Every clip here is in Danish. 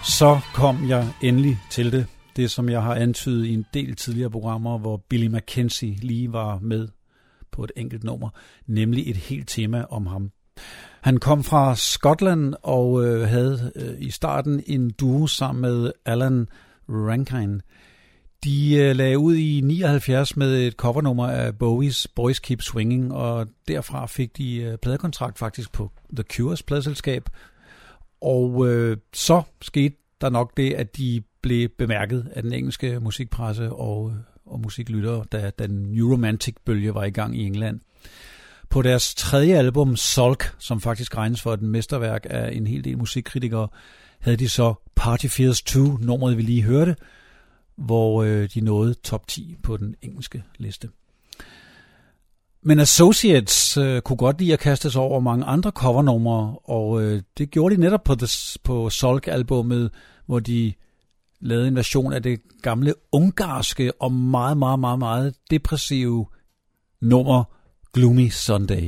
Så kom jeg endelig til det. Det, som jeg har antydet i en del tidligere programmer, hvor Billy Mackenzie lige var med på et enkelt nummer, nemlig et helt tema om ham. Han kom fra Skotland og havde i starten en duo sammen med Alan Rankine. De lagde ud i 79 med et covernummer af Bowies Boys Keep Swinging, og derfra fik de pladekontrakt faktisk på The Cures pladeselskab. Og så skete der nok det, at de blev bemærket af den engelske musikpresse og musiklyttere, da den New Romantic-bølge var i gang i England. På deres tredje album, Sulk, som faktisk regnes for et mesterværk af en hel del musikkritikere, havde de så Party Fears 2, nummeret vi lige hørte, hvor de nåede top 10 på den engelske liste. Men Associates kunne godt lide at kaste sig over mange andre covernumre, og det gjorde de netop på Sulk-albummet, hvor de lavede en version af det gamle ungarske og meget, meget, meget, meget depressive nummer Gloomy Sunday.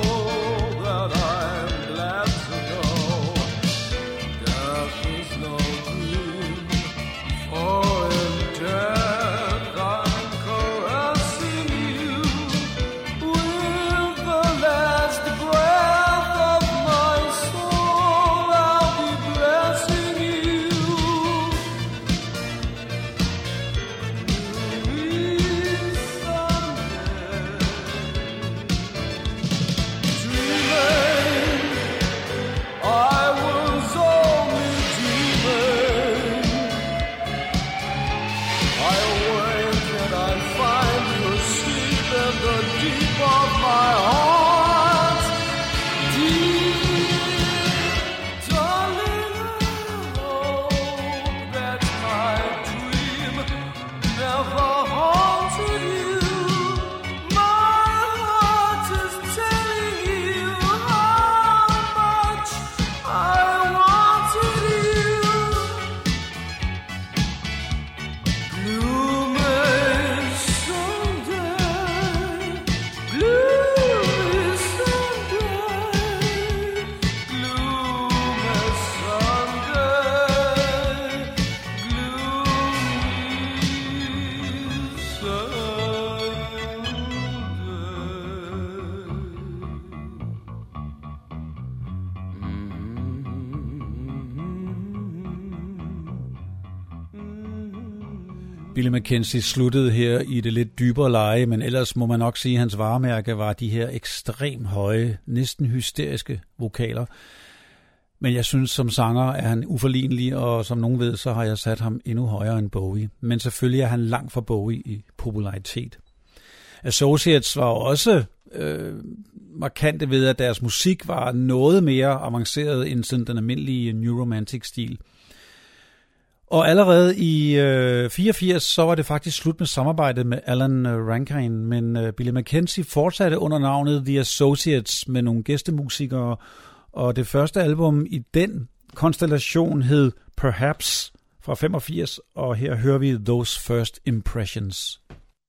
No Billy Mackenzie sluttede her i det lidt dybere leje, men ellers må man nok sige, at hans varemærke var de her ekstremt høje, næsten hysteriske vokaler. Men jeg synes, som sanger er han uforlignelig, og som nogen ved, så har jeg sat ham endnu højere end Bowie. Men selvfølgelig er han langt fra Bowie i popularitet. Associates var også markante ved, at deres musik var noget mere avanceret end sådan den almindelige New Romantic-stil. Og allerede i 84 så var det faktisk slut med samarbejdet med Alan Rankin, men Billy Mackenzie fortsatte under navnet The Associates med nogle gæstemusikere, og det første album i den konstellation hed Perhaps fra 85, og her hører vi Those First Impressions.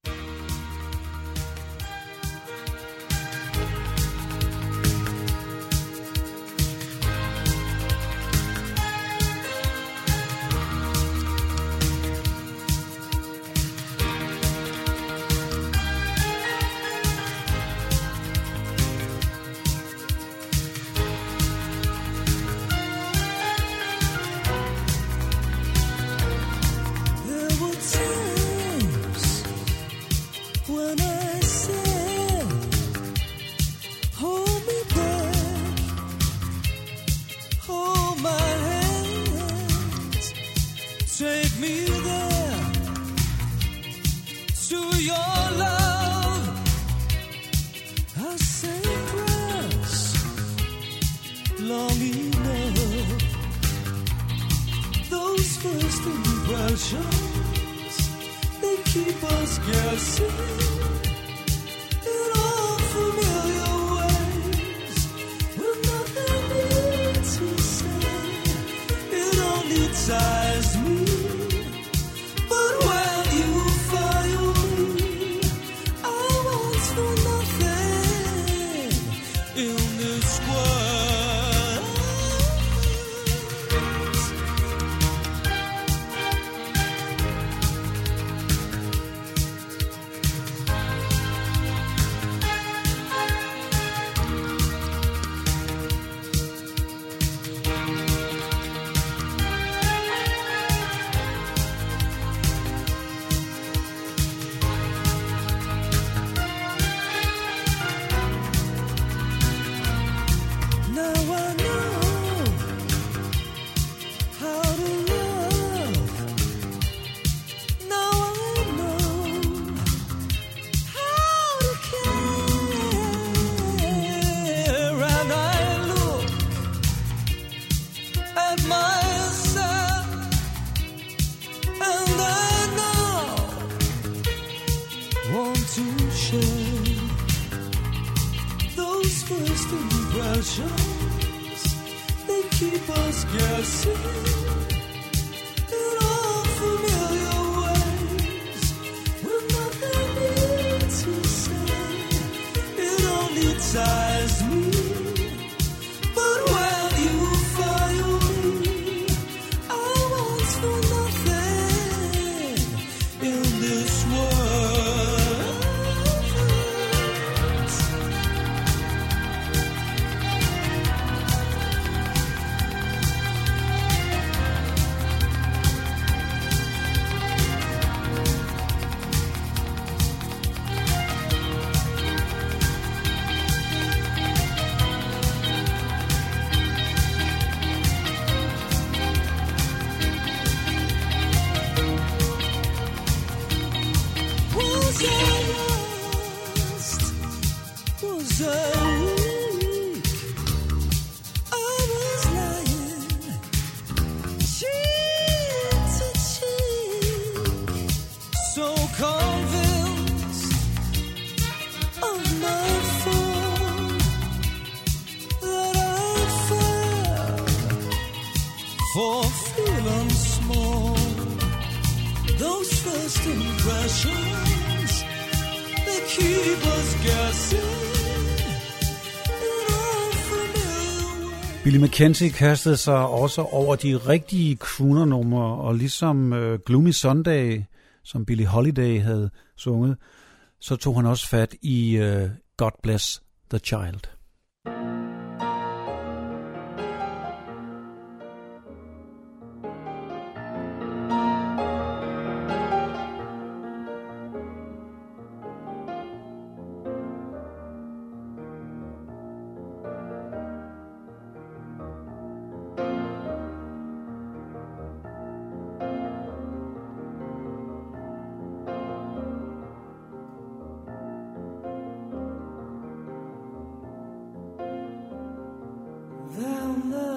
Billy Mackenzie kastede sig også over de rigtige crooner-numre, og ligesom Gloomy Sunday, som Billie Holiday havde sunget, så tog han også fat i God Bless the Child.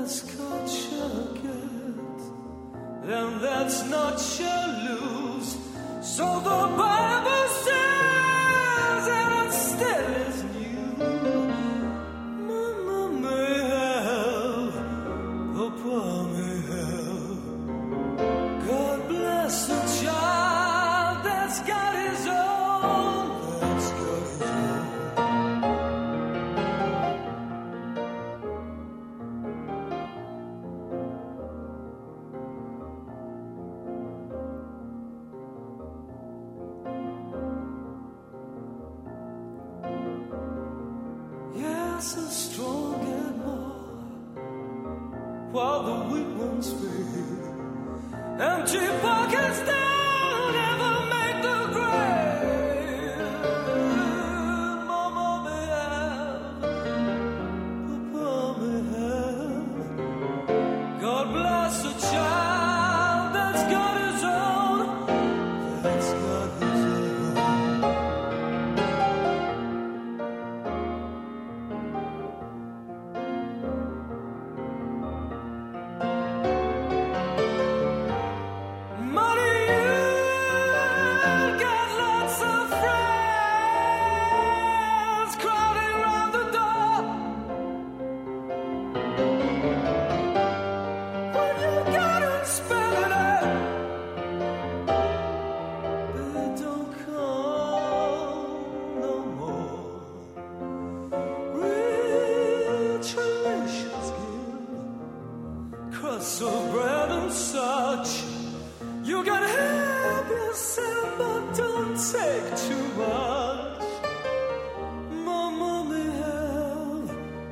that's got your get, then that's not your lose. So the Bible says, and it still is new. Mama may have, Papa may have. God bless the child that's got his own, that's got his own. Yes, the strong get more, while the weak ones fade. Empty pockets don't ever make the grave. Mama may have, Papa may have. God bless the child that's got his own, that's got his own. Of bread and such, you can help yourself, but don't take too much. Mama may have,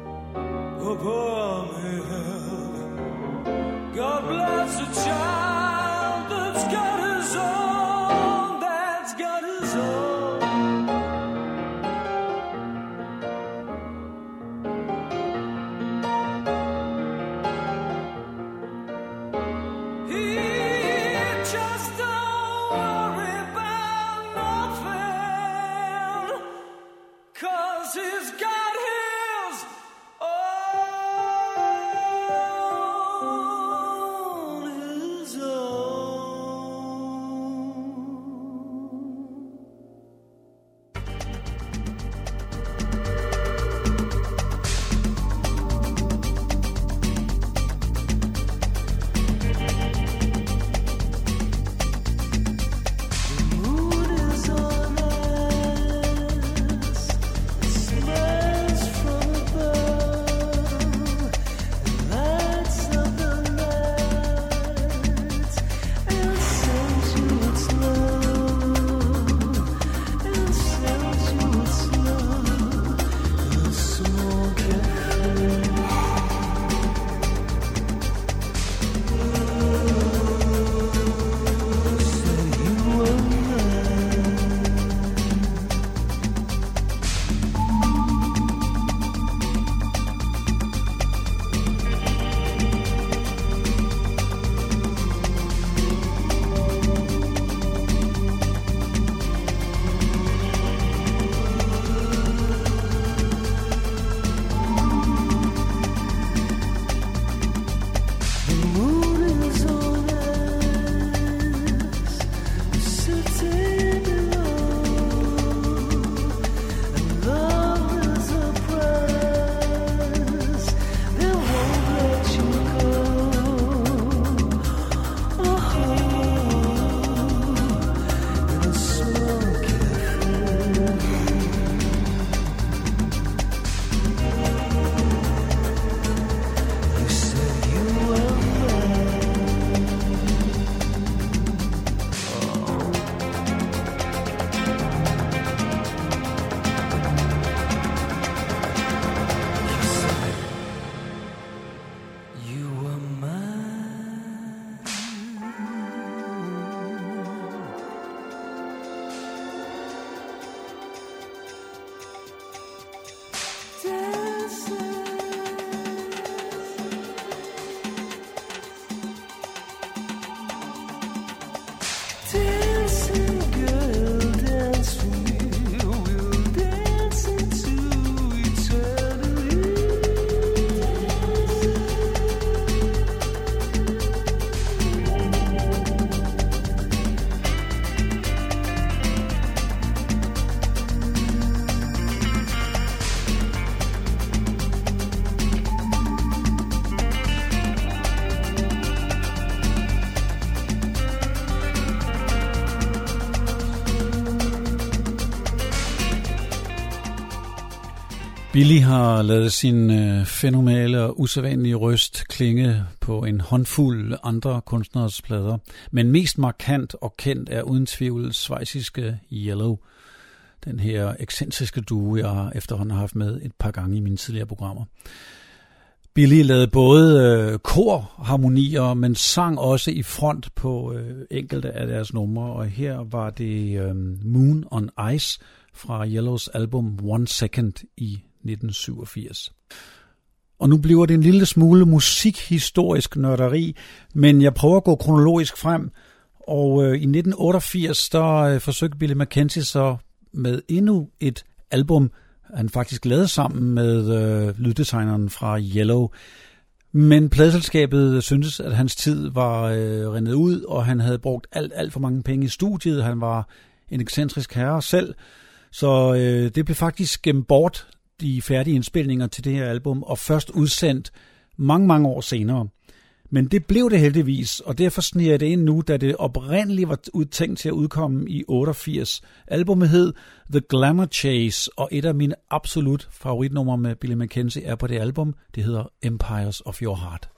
Papa may have. God bless the child that's got his own, that's got his own. His Billy har lavet sin fænomenale og usædvanlige røst klinge på en håndfuld andre kunstneres plader, men mest markant og kendt er uden tvivl schweiziske Yellow, den her ekscentriske duo, jeg efterhånden har haft med et par gange i mine tidligere programmer. Billy lavede både korharmonier, men sang også i front på enkelte af deres numre, og her var det Moon on Ice fra Yellows album One Second i 1987. Og nu bliver det en lille smule musikhistorisk nørderi, men jeg prøver at gå kronologisk frem, og i 1988 der forsøgte Billy Mackenzie så med endnu et album, han faktisk lavede sammen med lyddesigneren fra Yellow. Men pladeselskabet syntes, at hans tid var rendet ud, og han havde brugt alt for mange penge i studiet. Han var en ekscentrisk herre selv, så det blev faktisk gemt bort, de færdige indspilninger til det her album, og først udsendt mange år senere. Men det blev det heldigvis, og derfor sniger jeg det ind nu, da det oprindeligt var udtænkt til at udkomme i 88. Albumet hed The Glamour Chase, og et af mine absolut favoritnumre med Billy Mackenzie er på det album. Det hedder Empires of Your Heart.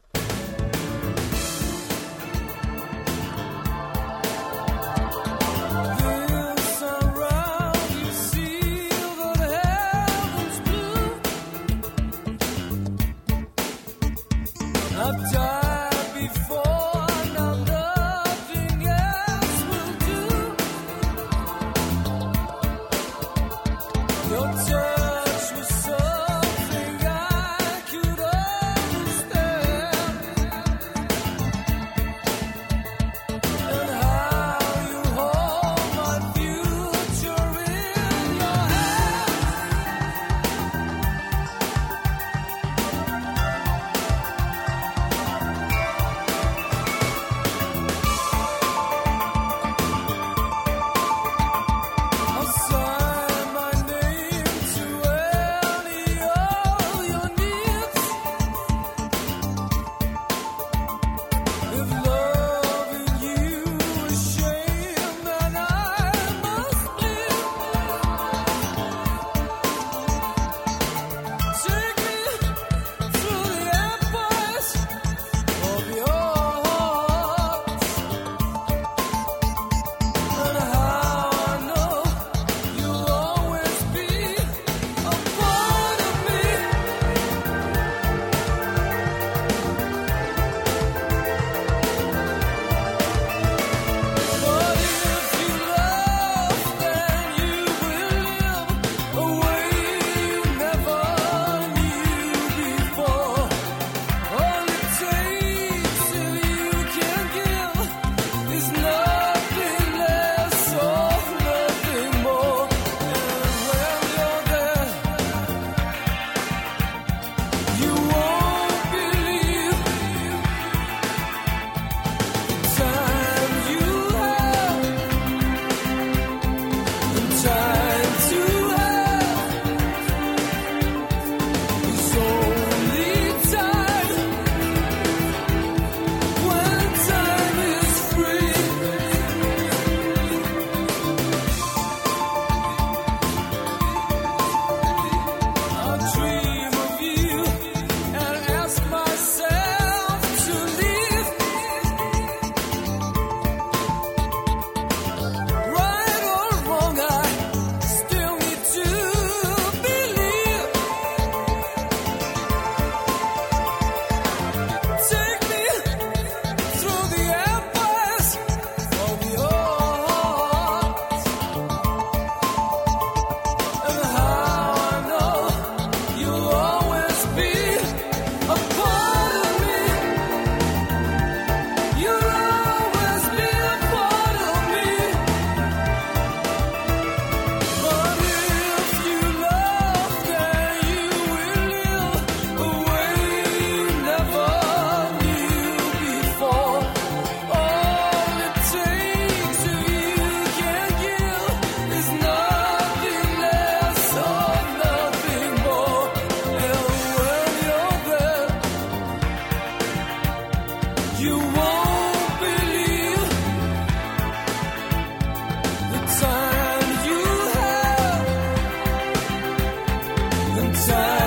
time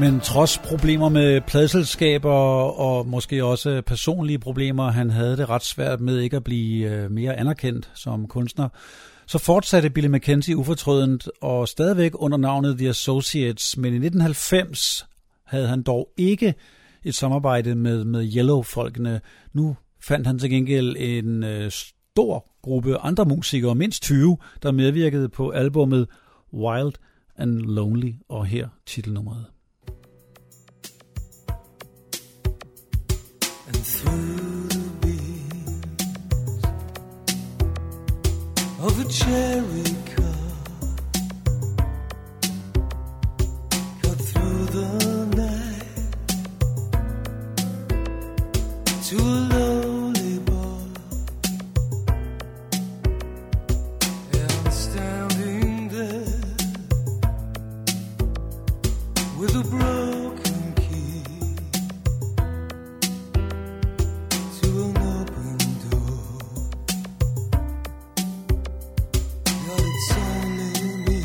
Men trods problemer med pladeselskaber og måske også personlige problemer, han havde det ret svært med ikke at blive mere anerkendt som kunstner, så fortsatte Billy Mackenzie ufortrødent og stadigvæk under navnet The Associates, men i 1990 havde han dog ikke et samarbejde med Yellow-folkene. Nu fandt han til gengæld en stor gruppe andre musikere, mindst 20, der medvirkede på albummet Wild and Lonely, og her titelnummeret. And through the beams of a cherry cut through the night to a lonely bar, and standing there with a broken key to an open door. God, it's only me.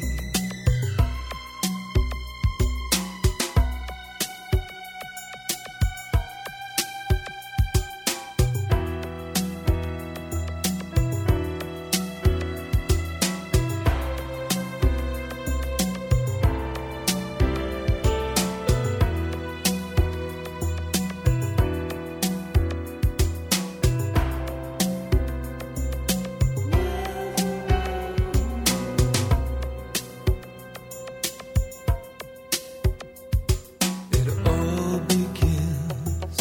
It all begins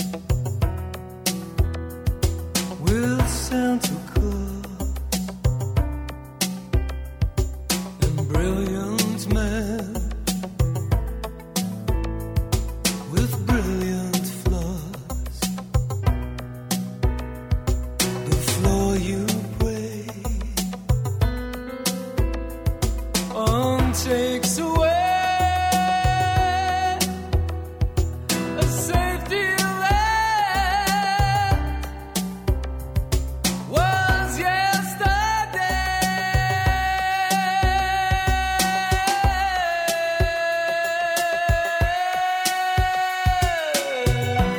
with Santa Claus and brilliant men with brilliant flaws. The floor you pray on takes away a safety net was yesterday.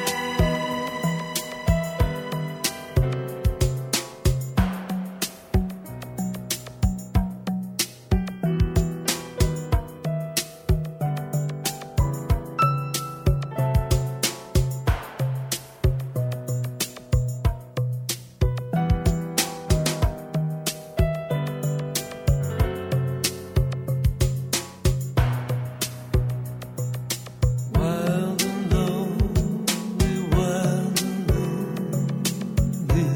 Wild and lonely, wild and lonely.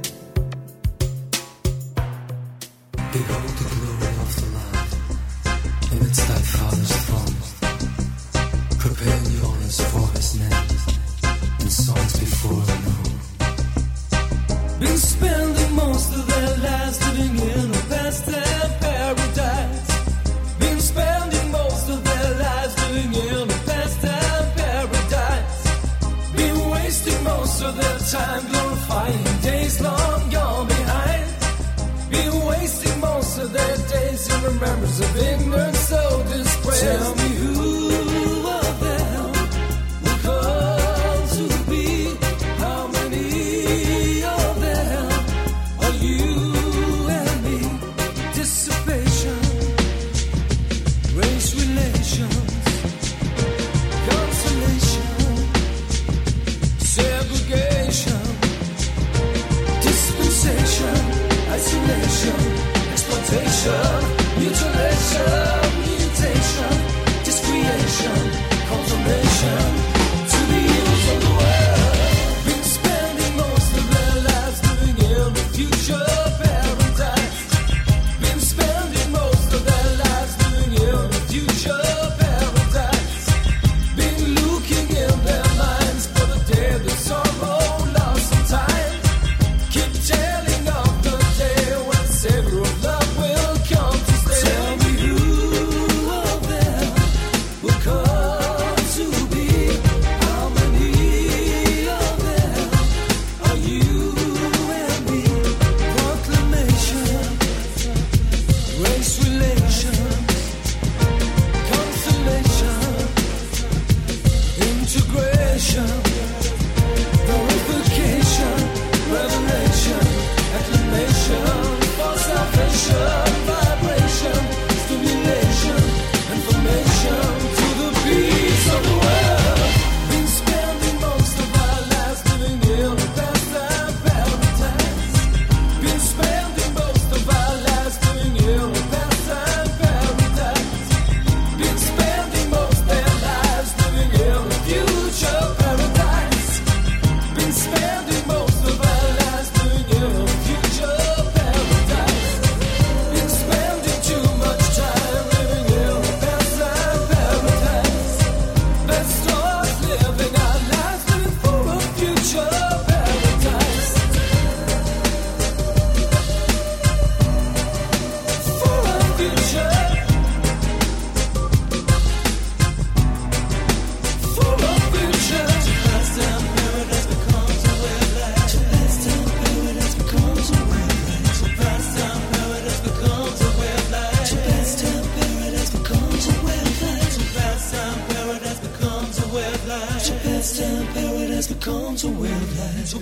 Behold the glory of the Lord amidst thy father's throne. Prepare the honors for his name and songs before him known. Been spending most of their lives living in a pastime paradise. Been spending most of their lives living in a pastime paradise. Been wasting most of their time glorifying days long gone behind. Been wasting most of their days in remembrance of ignorance so disgrace. Tell me who of them will come to be? How many of them are you and me? Dissipation, race relations, consolation, segregation, dispensation, isolation, exploitation, mutilation, mutation,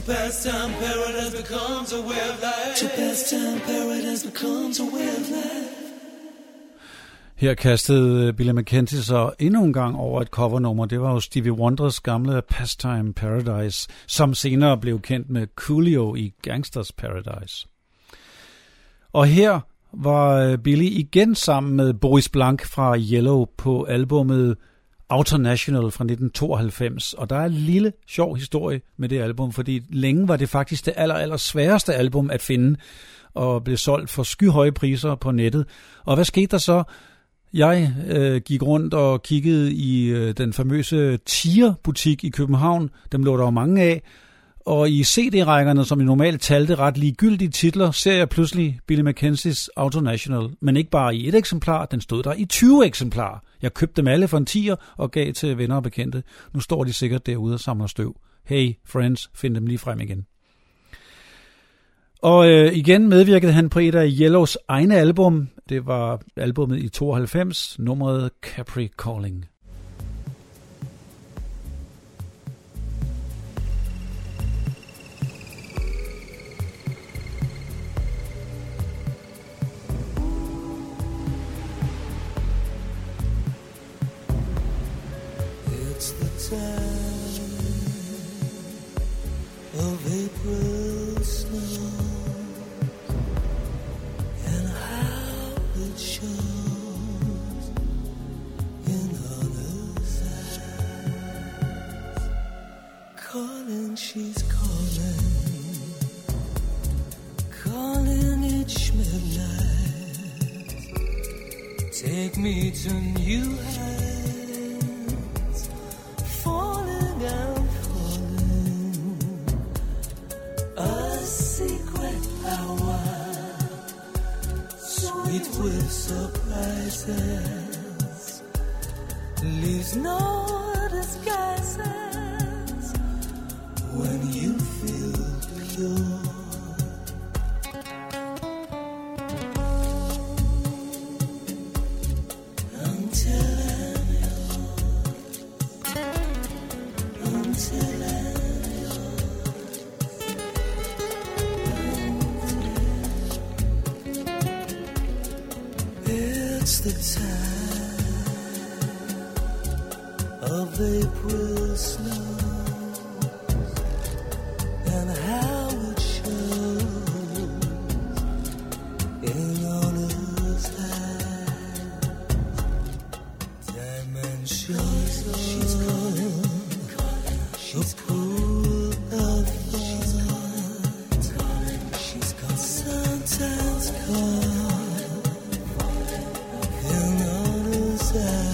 pastime paradise becomes a way of life. To pastime paradise becomes a way of life. Her kastede Billy Mackenzie sig endnu en gang over et covernummer. Det var jo Stevie Wonders gamle Pastime Paradise, som senere blev kendt med Coolio i Gangsters Paradise. Og her var Billy igen sammen med Boris Blanc fra Yellow på albummet Outer National fra 1992. Og der er en lille sjov historie med det album, fordi længe var det faktisk det aller sværeste album at finde, og blev solgt for skyhøje priser på nettet. Og hvad skete der så? Jeg gik rundt og kiggede i den famøse Tier-butik i København. Dem lå der jo mange af. Og i CD-rækkerne, som i normalt talte ret ligegyldige titler, ser jeg pludselig Billy Mackenzies Outer National. Men ikke bare i et eksemplar, den stod der i 20 eksemplarer. Jeg købte dem alle for en 10'er og gav til venner og bekendte. Nu står de sikkert derude og samler støv. Hey friends, find dem lige frem igen. Og igen medvirkede han på et af Yellows egne album. Det var albumet i 92, nummeret Capri Calling. It's the time of April snow. She's calling each midnight. Take me to new heights, falling and falling. A secret power, sweet with surprises, leaves no disguises. When you feel pure, until I'm yours, until I'm yours, it's the time of April snow. And how it shows in honest hands. Dimensions she's calling, she's cool of thought. She's got sometimes caught in honest hands.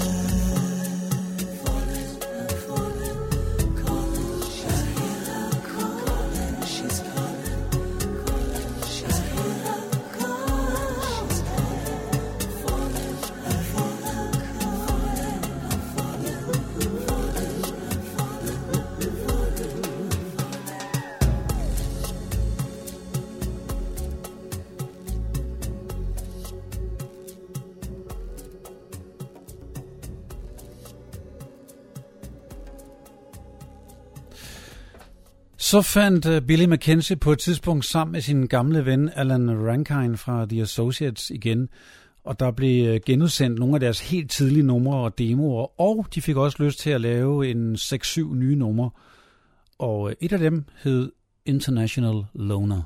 Så fandt Billy Mackenzie på et tidspunkt sammen med sin gamle ven Alan Rankine fra The Associates igen, og der blev genudsendt nogle af deres helt tidlige numre og demoer, og de fik også lyst til at lave en 6-7 nye numre, og et af dem hed International Loner.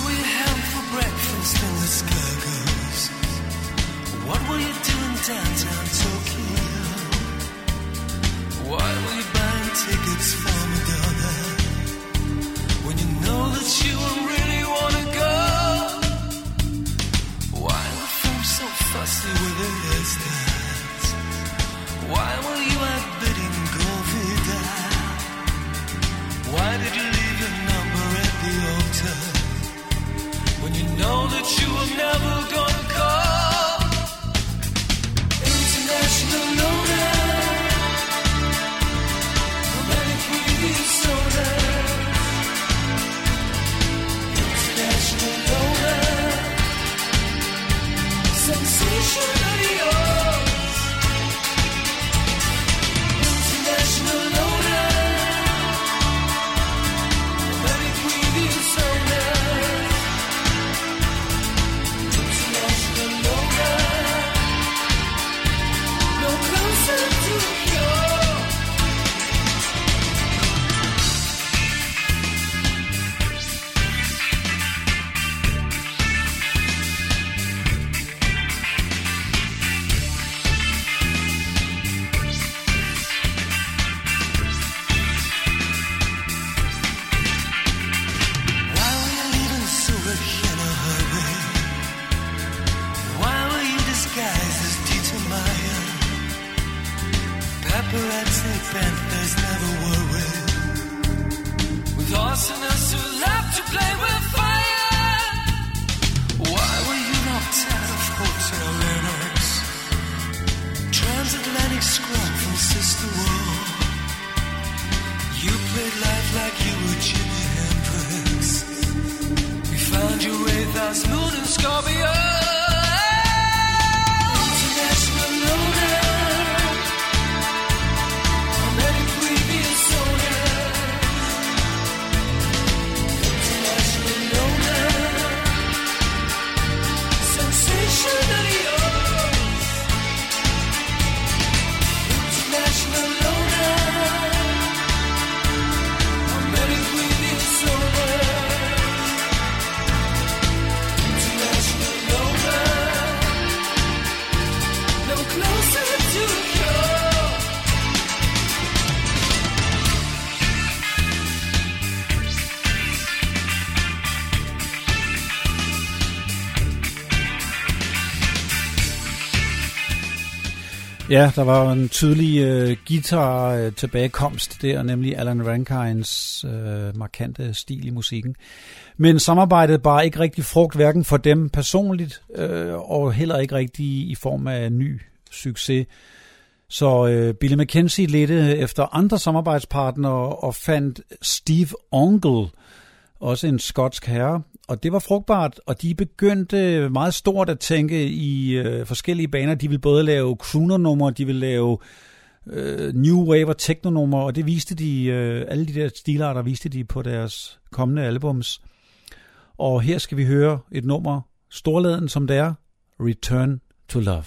What will you do in downtown Tokyo? Why will you buy tickets for Madonna when you know that you don't really want to go? Why are folks so fussy with their hairstyles? Why will you outbidding go Vidal? Why did you leave your number at the altar when you know that you were never gonna call? International loner, romantic soda. nights they bent, there's never worry. With arsonists who love to play with fire. Why were you knocked out of Hotel Lennox? Transatlantic scrub from Sister Wall. You played life like you were Jimi Hendrix. We found you 8,000 moon and Scorpio. International loner. Ja, der var en tydelig guitar tilbagekomst der, nemlig Alan Rankines markante stil i musikken. Men samarbejdet bare ikke rigtig frugt, hverken for dem personligt, og heller ikke rigtig i form af ny succes. Så Billy Mackenzie ledte efter andre samarbejdspartnere og fandt Steve Ongle, også en skotsk herre, og det var frugtbart, og de begyndte meget stort at tænke i forskellige baner. De ville både lave crooner-numre, de ville lave new wave og techno-numre, og det viste de, alle de der stilarter viste de på deres kommende albums. Og her skal vi høre et nummer, storladen som det er, Return to Love.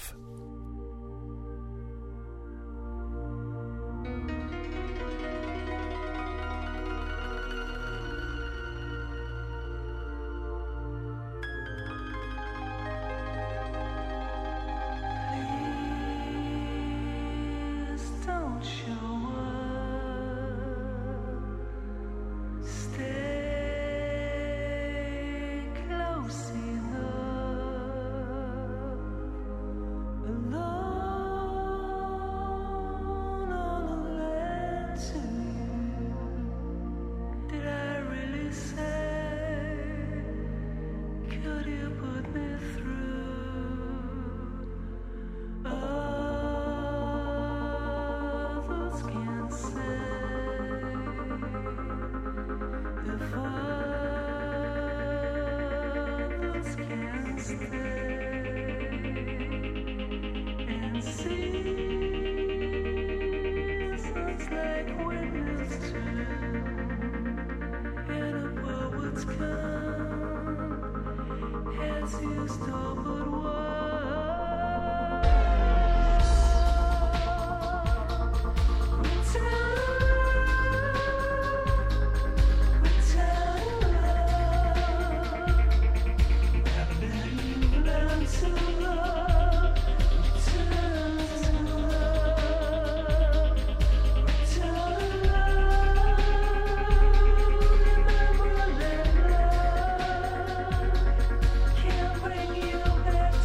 Back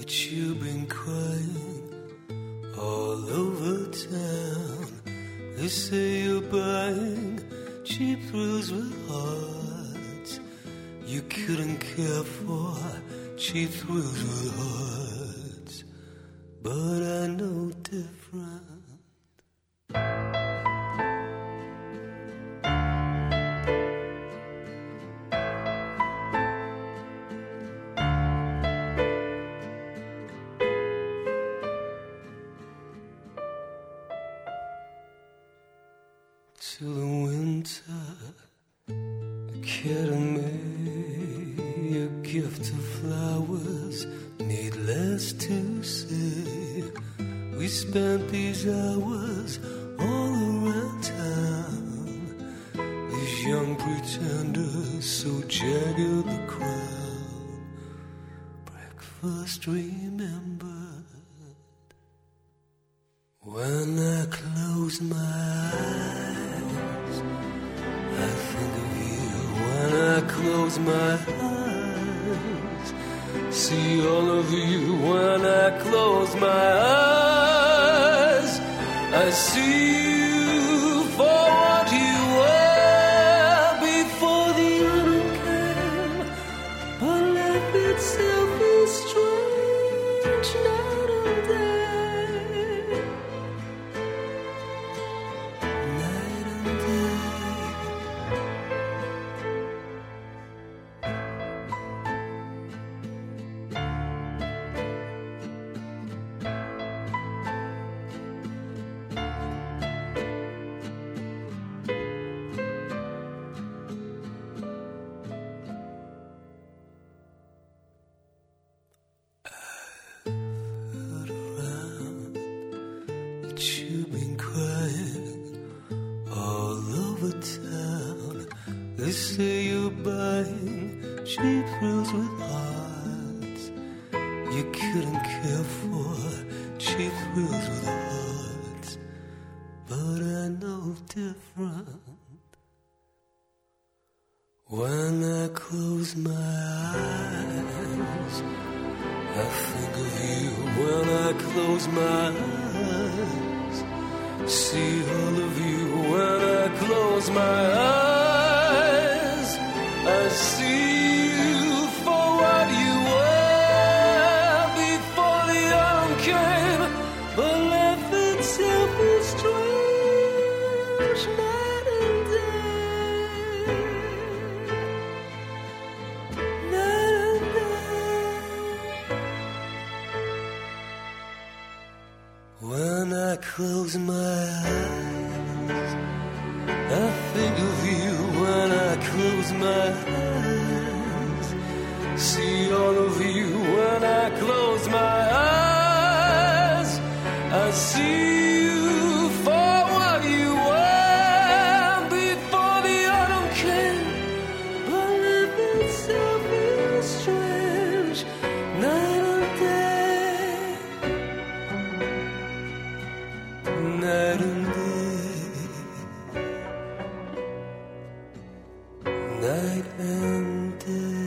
that you've been crying all over town. They say you're buying cheap thrills with hearts you couldn't care for, cheap thrills with hearts, but I know different. Till the winter, Academy, a gift of flowers, needless to say. We spent these hours all around town, these young pretenders, so jagged the crown. Breakfast remembered. When I close my eyes, I think of you. When I close my eyes, see all of you. When I close my eyes, I see you for what you were before the autumn came. But life itself is strange night and day. Night and day. You've been crying all over town. They say you're buying cheap thrills with hearts you couldn't care for, cheap thrills with hearts, but I know different. When I close my eyes, I think of you. When I close my eyes, see all of you. When I close my eyes, I see you for what you were before the autumn came. But life itself is strange night and day. Night and day. When I close my eyes, I think of you. When I close my eyes, see all of you. When I close my eyes, I see you for what you were before the autumn came. But life itself is strange night and day. Night and day. Night and day.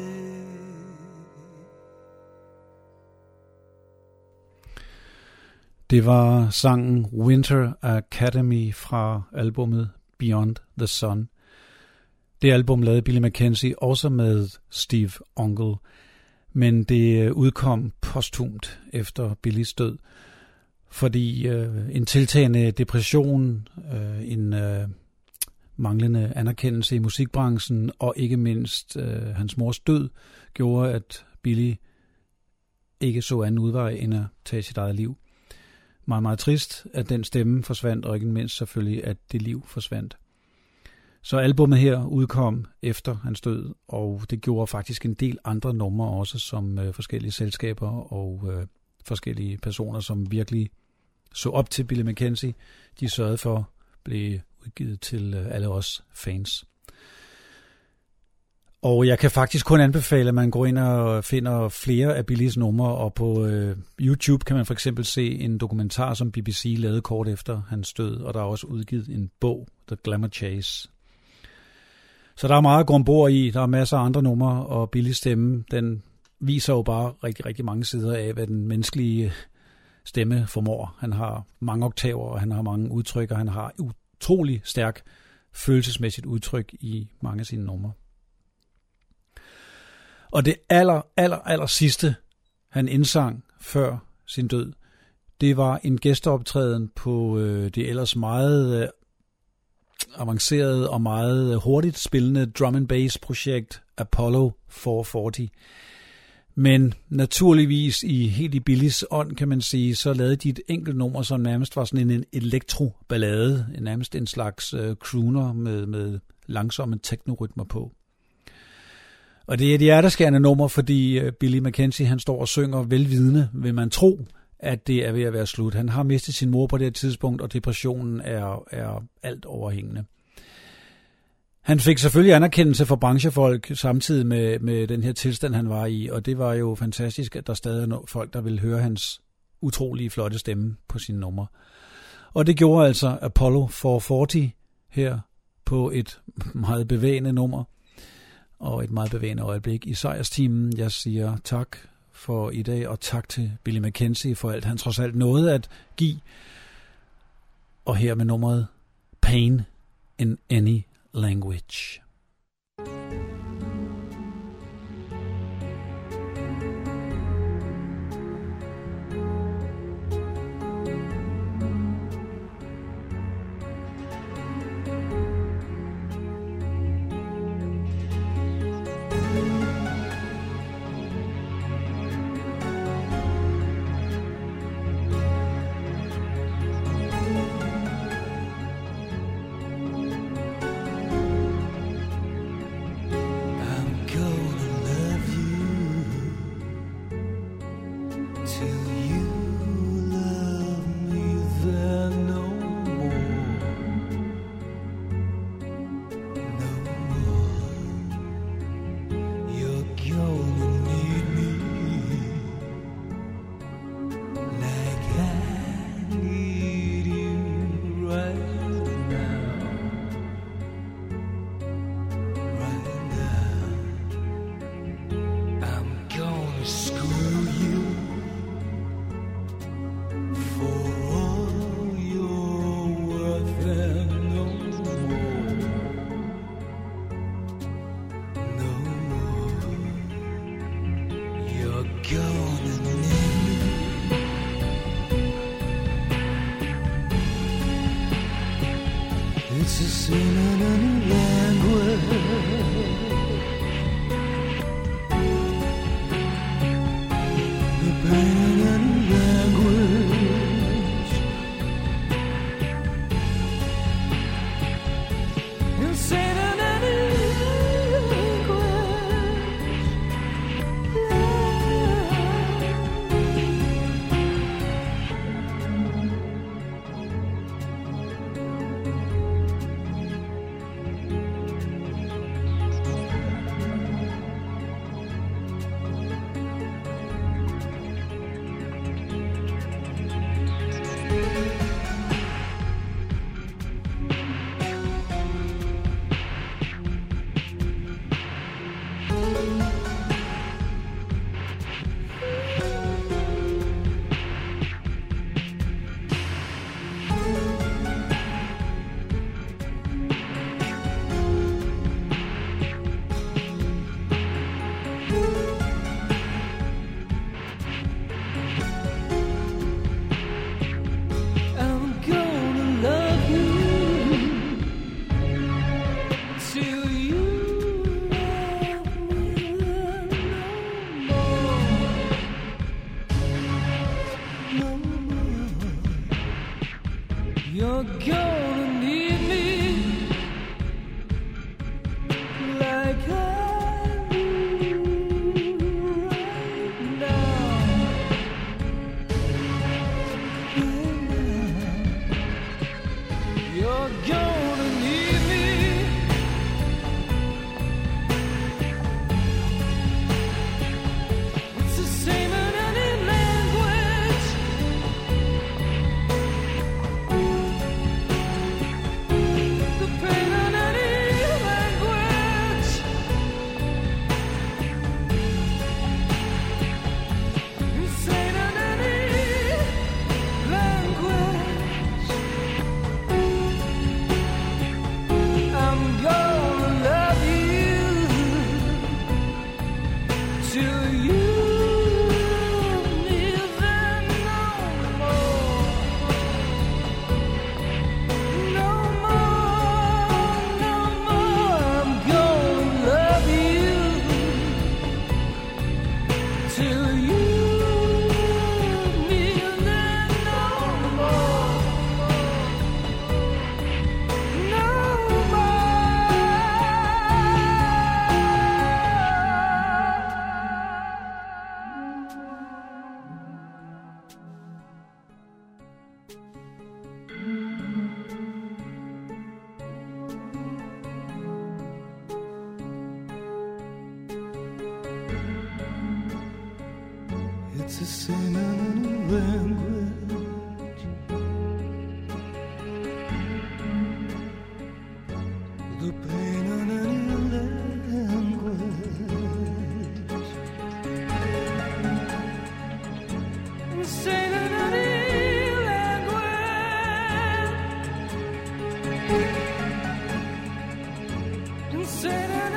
Det var sangen Winter Academy fra albumet Beyond the Sun. Det album lavede Billy Mackenzie også med Steve Ongle, men det udkom posthumt efter Billys død, fordi en tiltagende depression, en manglende anerkendelse i musikbranchen og ikke mindst hans mors død gjorde, at Billy ikke så anden udvej end at tage sit eget liv. Meget, meget trist, at den stemme forsvandt, og ikke mindst selvfølgelig, at det liv forsvandt. Så albumet her udkom efter hans død, og det gjorde faktisk en del andre numre også, som forskellige selskaber og forskellige personer, som virkelig så op til Billy Mackenzie, de sørgede for blev udgivet til alle os fans. Og jeg kan faktisk kun anbefale, at man går ind og finder flere af Billys numre, og på YouTube kan man for eksempel se en dokumentar, som BBC lavede kort efter hans død, og der er også udgivet en bog, The Glamour Chase. Så der er meget at gå ombord i, der er masser af andre numre, og Billys stemme, den viser jo bare rigtig, rigtig mange sider af, hvad den menneskelige stemme formår. Han har mange oktaver, og han har mange udtryk, og han har utrolig stærk følelsesmæssigt udtryk i mange af sine numre. Og det aller sidste, han indsang før sin død, det var en gæsteoptræden på det ellers meget avancerede og meget hurtigt spillende drum and bass projekt Apollo 440. Men naturligvis helt i Billys ånd, kan man sige, så lavede de et enkelt nummer, som nærmest var sådan en elektroballade, nærmest en slags crooner med langsomme technorytmer på. Og det er et hjerteskærende nummer, fordi Billy Mackenzie, han står og synger velvidende, vil man tro, at det er ved at være slut. Han har mistet sin mor på det tidspunkt, og depressionen er alt overhængende. Han fik selvfølgelig anerkendelse fra branchefolk samtidig med den her tilstand, han var i, og det var jo fantastisk, at der stadig er folk, der ville høre hans utrolige flotte stemme på sine numre. Og det gjorde altså Apollo 440 her på et meget bevægende nummer og et meget bevægende øjeblik i sejrsteamen. Jeg siger tak for i dag, og tak til Billy Mackenzie for alt, han trods alt nåede at give. Og her med nummeret Pain in Any Language. It's a sin in a language. The pain in any language. Sin in any language. Sin in any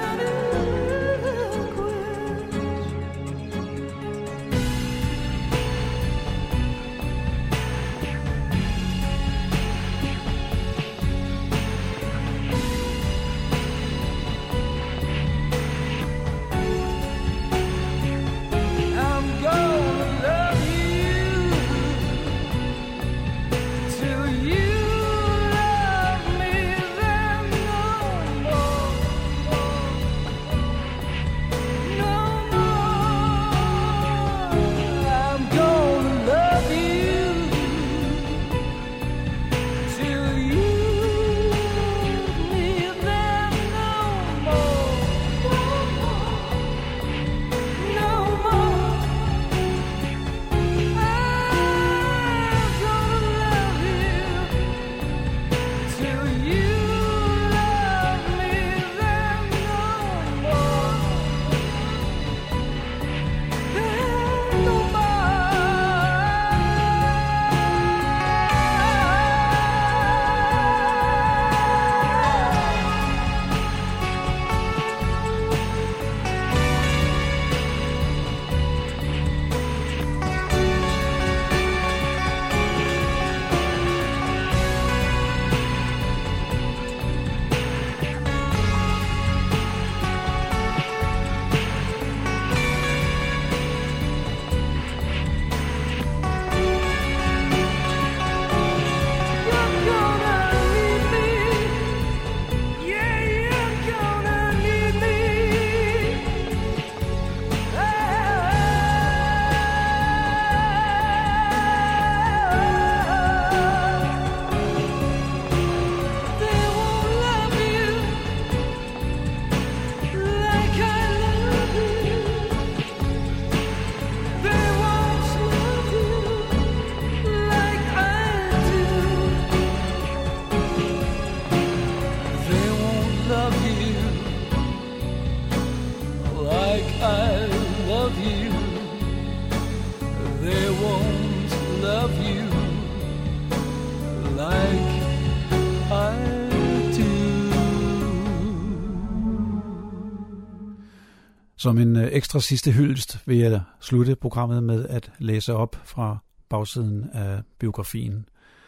Som en ekstra sidste hyldest vil jeg slutte programmet med at læse op fra bagsiden af biografien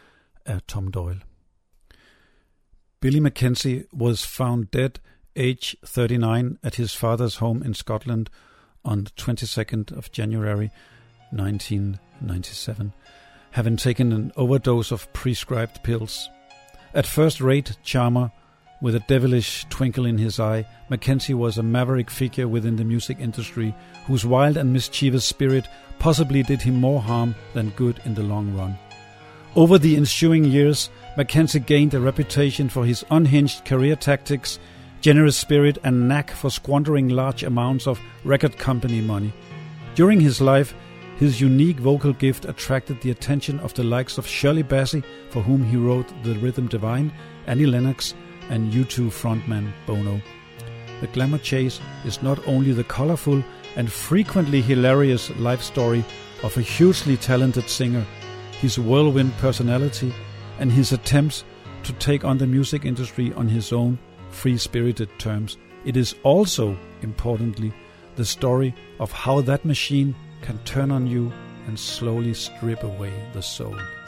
af Tom Doyle. Billy Mackenzie was found dead, age 39, at his father's home in Scotland on the 22nd of January 1997, having taken an overdose of prescribed pills. At first-rate charmer, with a devilish twinkle in his eye, Mackenzie was a maverick figure within the music industry, whose wild and mischievous spirit possibly did him more harm than good in the long run. Over the ensuing years, Mackenzie gained a reputation for his unhinged career tactics, generous spirit, and knack for squandering large amounts of record company money. During his life, his unique vocal gift attracted the attention of the likes of Shirley Bassey, for whom he wrote The Rhythm Divine, Annie Lennox, and U2 frontman Bono. The Glamour Chase is not only the colorful and frequently hilarious life story of a hugely talented singer, his whirlwind personality, and his attempts to take on the music industry on his own free-spirited terms. It is also, importantly, the story of how that machine can turn on you and slowly strip away the soul.